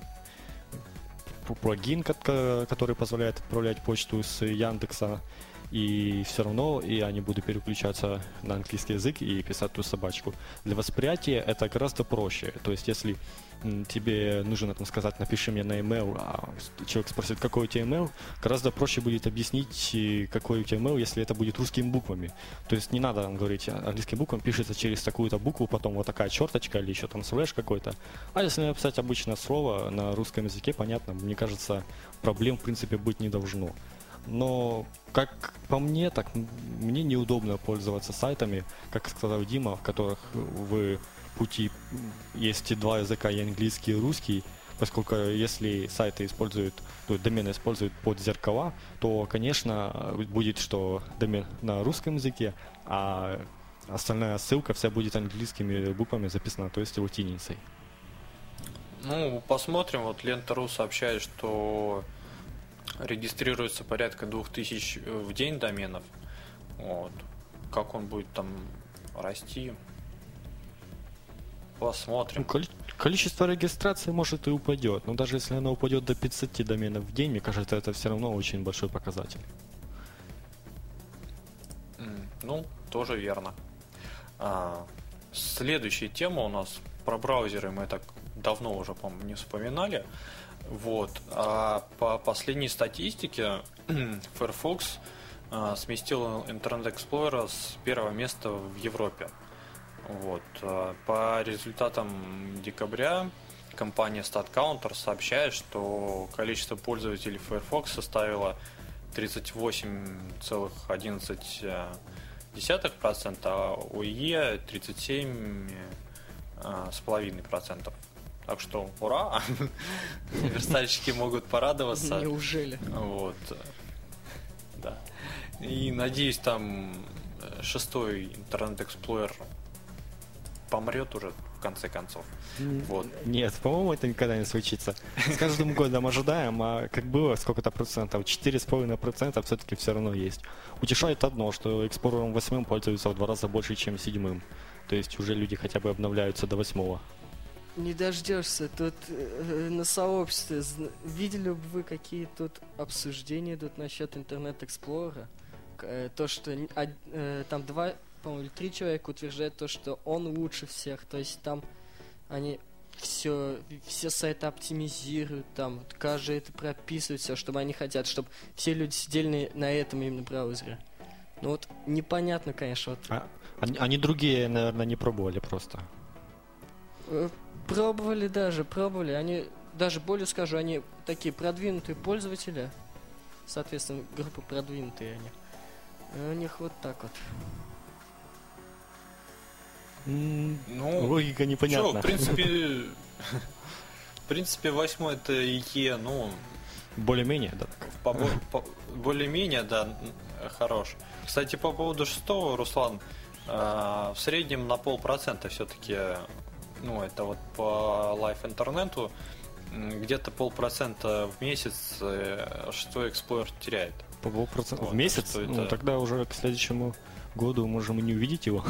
плагин, который позволяет отправлять почту с Яндекса. И все равно я не буду переключаться на английский язык и писать ту собачку. Для восприятия это гораздо проще. То есть, если тебе нужно там сказать, напиши мне на email, а человек спросит, какой у тебя email, гораздо проще будет объяснить, какой у тебя email, если это будет русскими буквами. То есть не надо говорить, английским буквам пишется через такую-то букву, потом вот такая черточка или еще там слэш какой-то. А если написать обычное слово на русском языке, понятно, мне кажется, проблем в принципе быть не должно. Но, как по мне, так мне неудобно пользоваться сайтами, как сказал Дима, в которых в пути есть два языка, и английский, и русский, поскольку если сайты используют, то есть домены используют под зеркала, то, конечно, будет, что домен на русском языке, а остальная ссылка вся будет английскими буквами записана, то есть латиницей. Ну, посмотрим. Вот Лента.ру сообщает, что регистрируется порядка 2000 в день доменов. Вот. Как он будет там расти, посмотрим. Количество регистраций может и упадет, но даже если оно упадет до 500 доменов в день, мне кажется, это все равно очень большой показатель. Ну, тоже верно. Следующая тема у нас про браузеры, мы так давно уже, по-моему, не вспоминали. Вот. А по последней статистике Firefox сместил Internet Explorer с первого места в Европе. Вот. По результатам декабря компания StatCounter сообщает, что количество пользователей Firefox составило 38,11%, а у IE 37,5%. Так что ура! Верстальщики могут порадоваться. Неужели? Вот. Да. И надеюсь, там шестой Internet Explorer помрет уже в конце концов. Вот. Нет, по-моему, это никогда не случится. С каждым годом ожидаем, а как было, сколько-то процентов, 4,5% все-таки все равно есть. Утешает одно, что Explorer 8 пользуются в 2 раза больше, чем 7. То есть уже люди хотя бы обновляются до 8. Не дождешься. Тут на сообществе видели бы вы, какие тут обсуждения идут насчет Internet Explorer? То, что там 2, по-моему, или 3 человека утверждают то, что он лучше всех. То есть там они все сайты оптимизируют, там каждый это прописывает, все, чтобы они хотят, чтобы все люди сидели на этом именно браузере. Ну вот непонятно, конечно. Вот. Они другие, наверное, не пробовали просто. Пробовали. Они, даже более скажу, они такие продвинутые пользователи. Соответственно, группа продвинутые они. И у них вот так вот. Ну, логика непонятна. В принципе, 8 это IE, ну... Более-менее, да. Более-менее, да, хорош. Кстати, по поводу 6, Руслан, в среднем на 0,5% все-таки, ну, это вот по лайф-интернету, где-то 0,5% в месяц 6 Explorer теряет. По 0,5% вот, в месяц? это... Ну, тогда уже к следующему году можем и не увидеть его.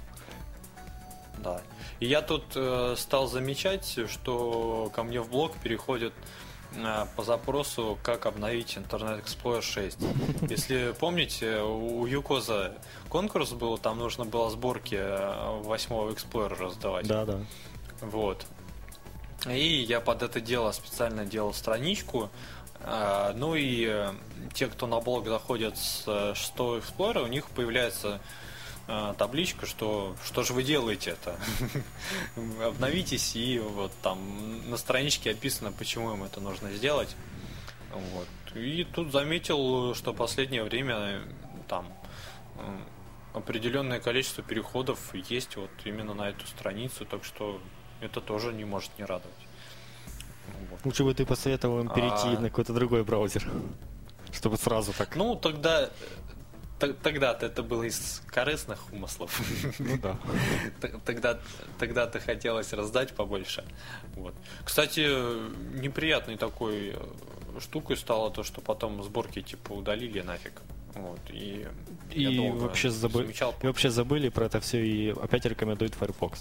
Да. И я тут стал замечать, что ко мне в блог переходят по запросу, как обновить Internet Explorer 6. Если помните, у Юкоза конкурс был, там нужно было сборки 8 Explorer раздавать. Да. Вот. И я под это дело специально делал страничку. Ну и те, кто на блог заходят с 6 Explorer, у них появляется табличка, что же вы делаете это? Обновитесь, и вот там на страничке описано, почему им это нужно сделать. Вот. И тут заметил, что в последнее время там определенное количество переходов есть вот именно на эту страницу, так что это тоже не может не радовать. Вот. Лучше бы ты посоветовал им перейти на какой-то другой браузер, чтобы сразу так. Ну, тогда-то это было из корыстных умыслов. Ну да. Тогда-то хотелось раздать побольше. Вот. Кстати, неприятной такой штукой стало то, что потом сборки типа удалили нафиг. Вот. И вообще забыли про это все и опять рекомендуют Firefox.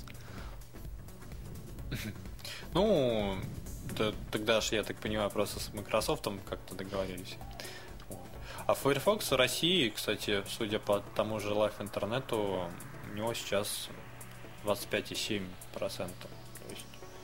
Ну, тогда же, я так понимаю, просто с Microsoft как-то договорились. Вот. А Firefox в России, кстати, судя по тому же Live интернету, у него сейчас 25,7%. То есть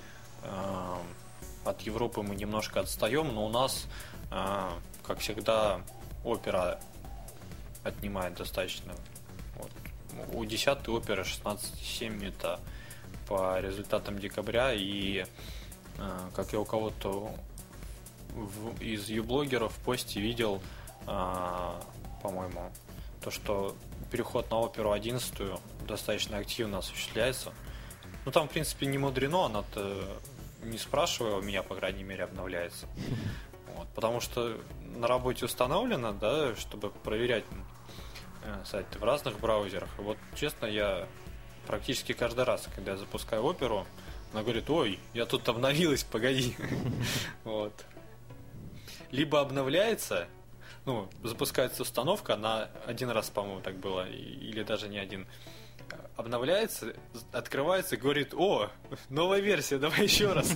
от Европы мы немножко отстаем, но у нас, как всегда, Opera отнимает достаточно. Вот. У 10-й Opera 16,7 это по результатам декабря, и как я у кого-то из юблогеров в посте видел, по-моему, то, что переход на Opera 11 достаточно активно осуществляется. Ну там, в принципе, не мудрено, она-то, не спрашивая, у меня, по крайней мере, обновляется. Вот, потому что на работе установлено, да, чтобы проверять сайты в разных браузерах. И вот, честно, я практически каждый раз, когда я запускаю Оперу, она говорит: ой, я тут обновилась, погоди. Вот. Либо обновляется, ну, запускается установка, она один раз, по-моему, так было, или даже не один. Обновляется, открывается и говорит: о, новая версия, давай еще раз.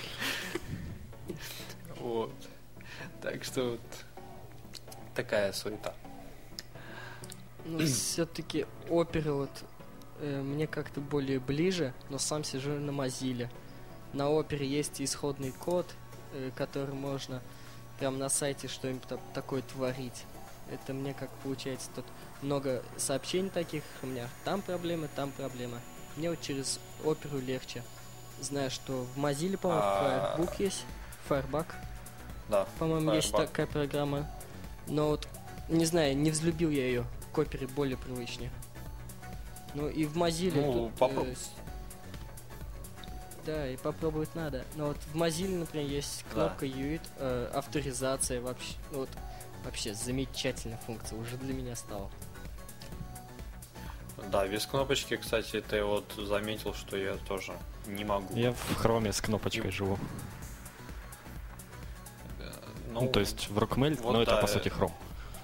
Вот. Так что вот такая суета. Ну, все-таки Opera вот мне как-то более ближе, но сам сижу на Mozilla. На Opera есть исходный код, который можно прям на сайте что-нибудь такое творить. Это мне как получается, тут много сообщений таких, у меня там проблемы. Мне вот через Opera легче. Знаю, что в Mozilla, по-моему, Firebug есть, Firebug. Да, по-моему, Firebug. есть такая программа. Но вот, не знаю, не взлюбил я ее. К Opera более привычнее. Ну и в Mozilla да, и попробовать надо. Но вот в Mozilla, например, есть кнопка UID, авторизация вообще. Ну, вот, вообще замечательная функция, уже для меня стала. Да, без кнопочки, кстати, это я вот заметил, что я тоже не могу. Я в хроме с кнопочкой живу. Ну, то есть в Rockmail, вот, но да, это по сути Chrome.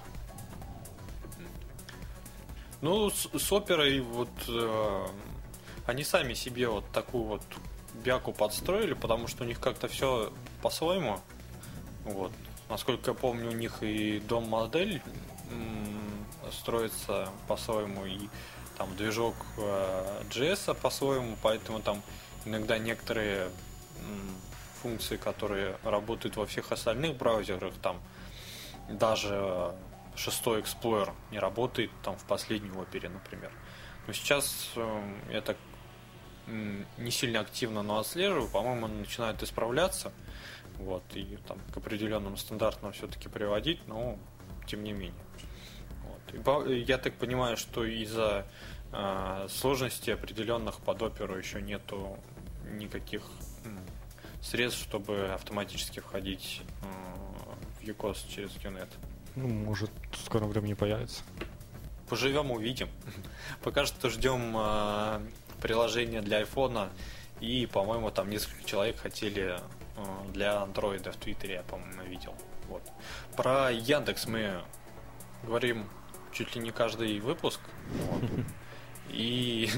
Ну, с Оперой вот они сами себе вот такую вот бяку подстроили, потому что у них как-то все по-своему. Вот. Насколько я помню, у них и дом-модель строится по-своему, и там движок JS по-своему, поэтому там иногда некоторые функции, которые работают во всех остальных браузерах, там даже 6-й Explorer не работает там в последней Опере, например. Но сейчас я так не сильно активно, но отслеживаю, по-моему, начинают исправляться, вот, и там к определенным стандартам все-таки приводить, но тем не менее. Вот. И я так понимаю, что из-за сложностей определенных под Оперу еще нету никаких средств, чтобы автоматически входить в UCOS через QNet. Ну, может, в скором времени появится. Поживем, увидим. Пока что ждем приложение для айфона. И, по-моему, там несколько человек хотели для андроида в Твиттере, я, по-моему, видел. Вот. Про Яндекс мы говорим чуть ли не каждый выпуск. Вот. И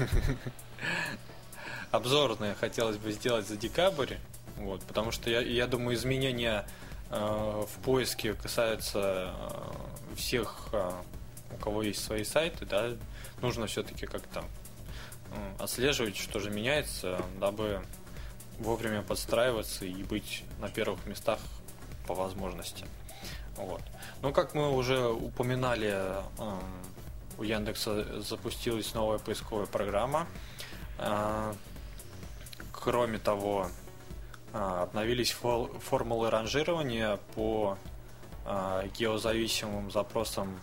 обзорное хотелось бы сделать за декабрь. Вот, потому что я думаю, изменения в поиске касаются всех, у кого есть свои сайты, да, нужно все-таки как-то отслеживать, что же меняется, дабы вовремя подстраиваться и быть на первых местах по возможности. Вот. Ну, как мы уже упоминали, у Яндекса запустилась новая поисковая программа. Кроме того, обновились формулы ранжирования по геозависимым запросам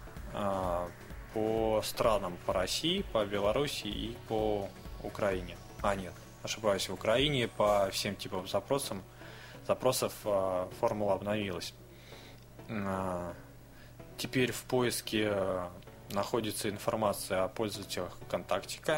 по странам, по России, по Беларуси и по Украине. Нет, ошибаюсь, в Украине по всем типам запросов формула обновилась. Теперь в поиске находится информация о пользователях ВКонтактика.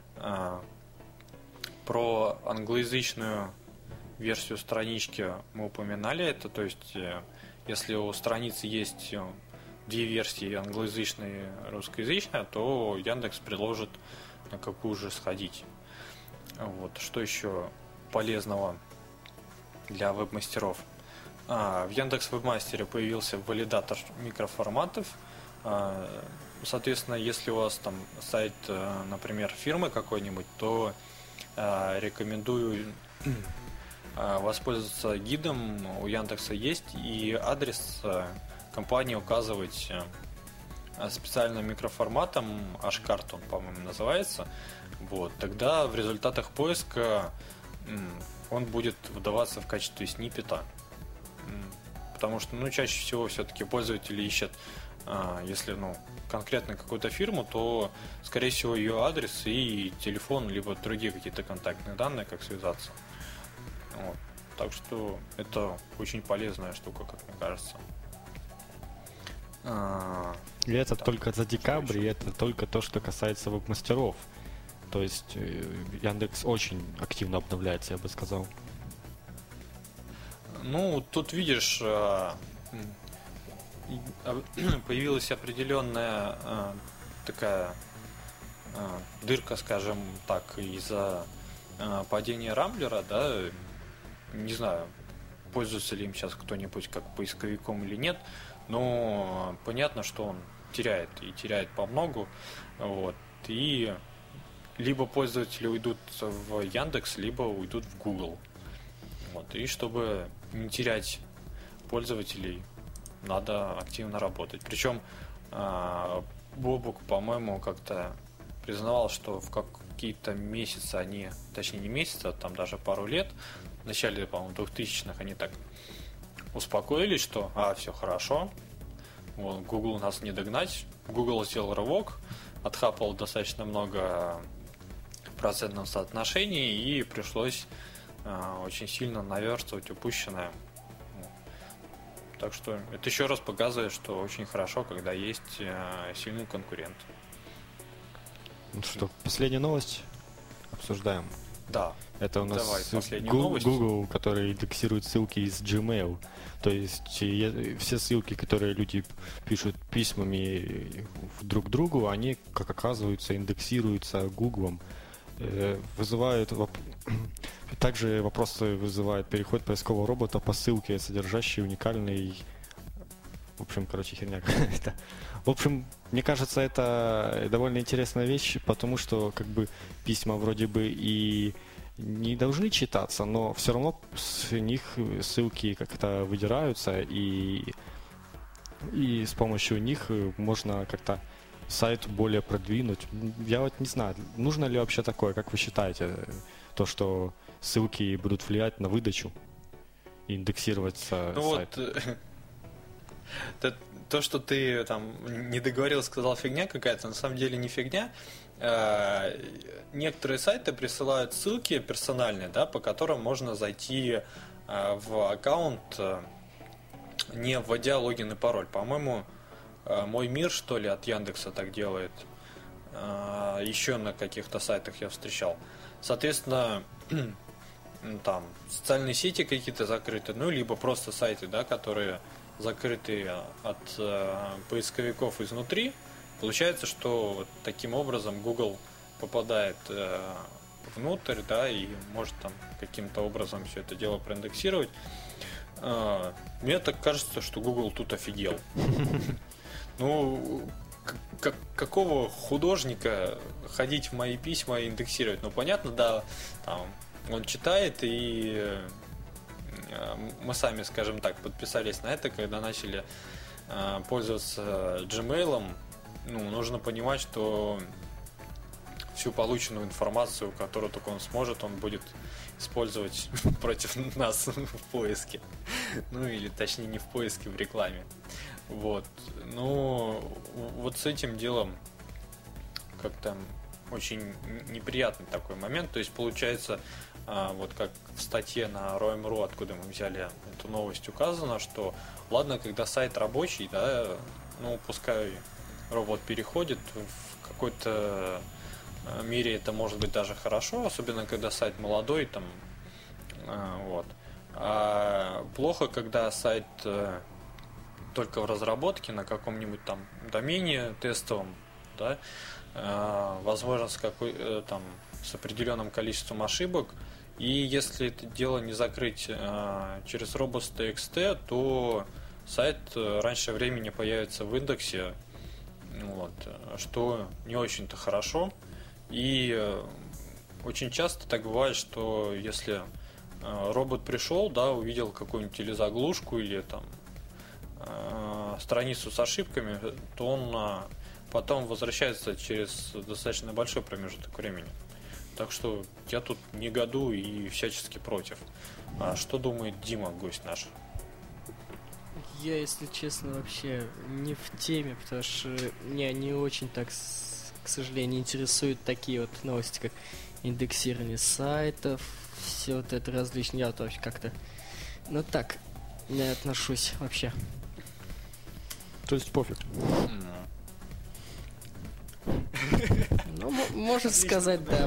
Про англоязычную версию странички мы упоминали это, то есть если у страницы есть две версии, англоязычная и русскоязычная, то Яндекс предложит, на какую же сходить. Вот. Что еще полезного для веб-мастеров? В Яндекс Вебмастере появился валидатор микроформатов. Соответственно, если у вас там сайт, например, фирмы какой-нибудь, то рекомендую воспользоваться гидом. У Яндекса есть и адрес компании указывать специальным микроформатом, H-Cart он, по-моему, называется. Вот. Тогда в результатах поиска он будет выдаваться в качестве сниппета. Потому что, чаще всего все-таки пользователи ищут, если, конкретно какую-то фирму, то, скорее всего, ее адрес и телефон, либо другие какие-то контактные данные, как связаться. Вот. Так что это очень полезная штука, как мне кажется. И это только за декабрь, и это только то, что касается веб-мастеров. То есть Яндекс очень активно обновляется, я бы сказал. Тут видишь, появилась определенная такая дырка, скажем так, из-за падения Рамблера, да, не знаю, пользуется ли им сейчас кто-нибудь как поисковиком или нет, но понятно, что он теряет по многу, вот, и либо пользователи уйдут в Яндекс, либо уйдут в Google, вот, и чтобы не терять пользователей, надо активно работать. Причем Бобук, по-моему, как-то признавал, что в какие-то месяцы точнее не месяцы, а там даже пару лет, в начале, по-моему, 2000-х они так успокоились, что все хорошо, вот, Google нас не догнать. Google сделал рывок, отхапал достаточно много в процентном соотношении, и пришлось очень сильно наверстывать упущенное. Так что это еще раз показывает, что очень хорошо, когда есть сильный конкурент. Ну что, последняя новость обсуждаем. Да. Это у нас новость. Google, который индексирует ссылки из Gmail. То есть все ссылки, которые люди пишут письмами друг другу, они, как оказывается, индексируются Гуглом. Вызывают также вопросы вызывает переход поискового робота по ссылке, содержащей уникальный... В общем, херня какая-то. В общем, мне кажется, это довольно интересная вещь, потому что письма вроде бы и не должны читаться, но все равно с них ссылки как-то выдираются, и с помощью них можно как-то сайт более продвинуть. Я не знаю, нужно ли вообще такое, как вы считаете, то, что ссылки будут влиять на выдачу и индексироваться сайт? То, что ты там не договорил, сказал фигня какая-то, на самом деле не фигня. Некоторые сайты присылают ссылки персональные, да, по которым можно зайти в аккаунт, не вводя логин и пароль. По-моему, Мой мир, что ли, от Яндекса так делает. Еще на каких-то сайтах я встречал. Соответственно, там социальные сети какие-то закрыты, ну либо просто сайты, да, которые закрыты от поисковиков изнутри. Получается, что вот таким образом Google попадает внутрь, да, и может там каким-то образом все это дело проиндексировать. Мне так кажется, что Google тут офигел. Ну, какого художника ходить в мои письма и индексировать? Ну, понятно, да, там он читает, и мы сами, скажем так, подписались на это, когда начали пользоваться Gmail. Нужно понимать, что всю полученную информацию, которую только он сможет, он будет использовать против нас в поиске. Или точнее не в поиске, в рекламе. Вот. Вот с этим делом как-то очень неприятный такой момент. То есть получается, вот как в статье на Roam.ru, откуда мы взяли эту новость, указано, что ладно, когда сайт рабочий, да, пускай робот переходит, в какой-то мере это может быть даже хорошо, особенно когда сайт молодой, там, вот. А плохо, когда сайт только в разработке на каком-нибудь там домене тестовом, да, возможно, с определенным количеством ошибок, и если это дело не закрыть через robots.txt, то сайт раньше времени появится в индексе, вот, что не очень-то хорошо. И очень часто так бывает, что если робот пришел, да, увидел какую-нибудь или заглушку, или там страницу с ошибками, то он потом возвращается через достаточно большой промежуток времени. Так что я тут негодую и всячески против. А что думает Дима, гость наш? Я, если честно, вообще не в теме, потому что меня не очень так, к сожалению, интересуют такие вот новости, как индексирование сайтов, все вот это различные. Я вот вообще как-то, так не отношусь вообще. То есть пофиг. Можно сказать, да.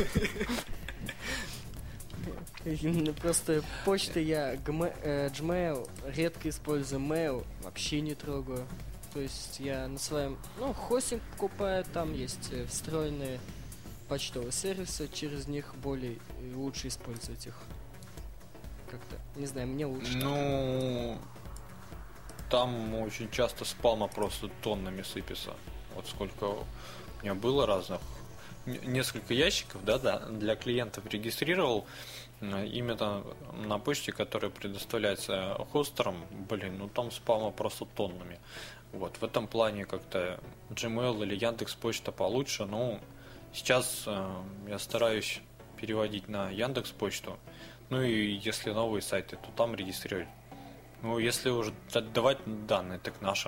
Просто почты я Gmail редко использую, Mail вообще не трогаю. То есть я на своем, хостинг покупаю, там есть встроенные почтовые сервисы, через них лучше использовать их. Как-то, не знаю, мне лучше. Там очень часто спама просто тоннами сыпется. Вот сколько у меня было разных. Несколько ящиков, да, для клиентов регистрировал именно на почте, которая предоставляется хостером. Там спама просто тоннами. Вот, в этом плане как-то Gmail или Яндекс.Почта получше. Сейчас я стараюсь переводить на Яндекс.Почту. И если новые сайты, то там регистрировать. Если уже давать данные, так нашим.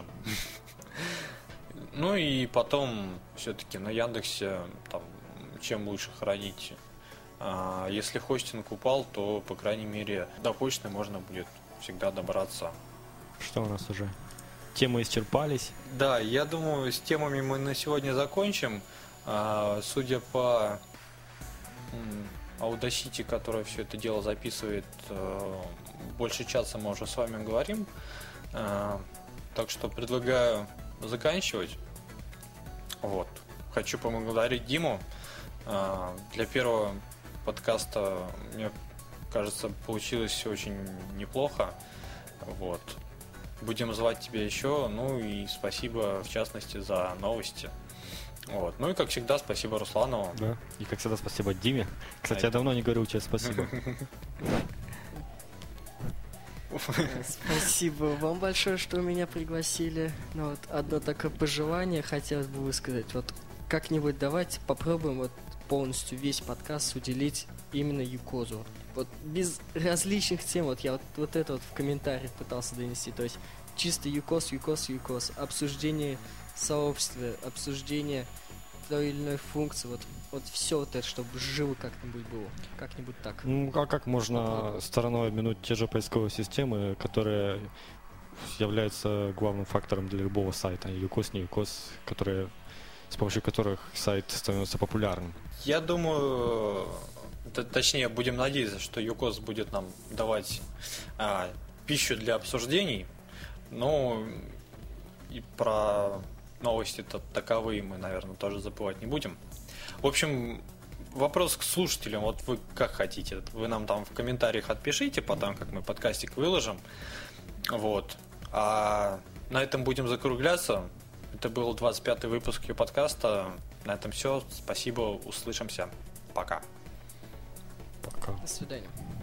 И потом все-таки на Яндексе там чем лучше хранить. Если хостинг упал, то, по крайней мере, до почты можно будет всегда добраться. Что у нас уже? Темы исчерпались? Да, я думаю, с темами мы на сегодня закончим. Судя по Audacity, которая все это дело записывает, больше часа мы уже с вами говорим. Так что предлагаю заканчивать. Вот. Хочу поблагодарить Диму. Для первого подкаста, мне кажется, получилось очень неплохо. Вот. Будем звать тебя еще. И спасибо, в частности, за новости. Вот. И, как всегда, спасибо Русланову. Да. И, как всегда, спасибо Диме. Кстати, я давно не говорил тебе спасибо. Спасибо вам большое, что меня пригласили. Одно такое пожелание хотелось бы высказать. Как-нибудь давайте попробуем полностью весь подкаст уделить именно Юкозу. Без различных тем. Я это в комментариях пытался донести. То есть чисто Юкоз. Обсуждение сообщества, обсуждение той или иной функции. Все это, чтобы живо как-нибудь было. Как-нибудь так. А как можно стороной обминуть те же поисковые системы, которые являются главным фактором для любого сайта? Юкоз, не Юкоз, с помощью которых сайт становится популярным? Я думаю, точнее, будем надеяться, что Юкоз будет нам давать пищу для обсуждений. И про новости-то таковые мы, наверное, тоже забывать не будем. В общем, вопрос к слушателям. Вы как хотите? Вы нам там в комментариях отпишите, потом как мы подкастик выложим. Вот. А на этом будем закругляться. Это был 25-й выпуск подкаста. На этом все. Спасибо. Услышимся. Пока. Пока. До свидания.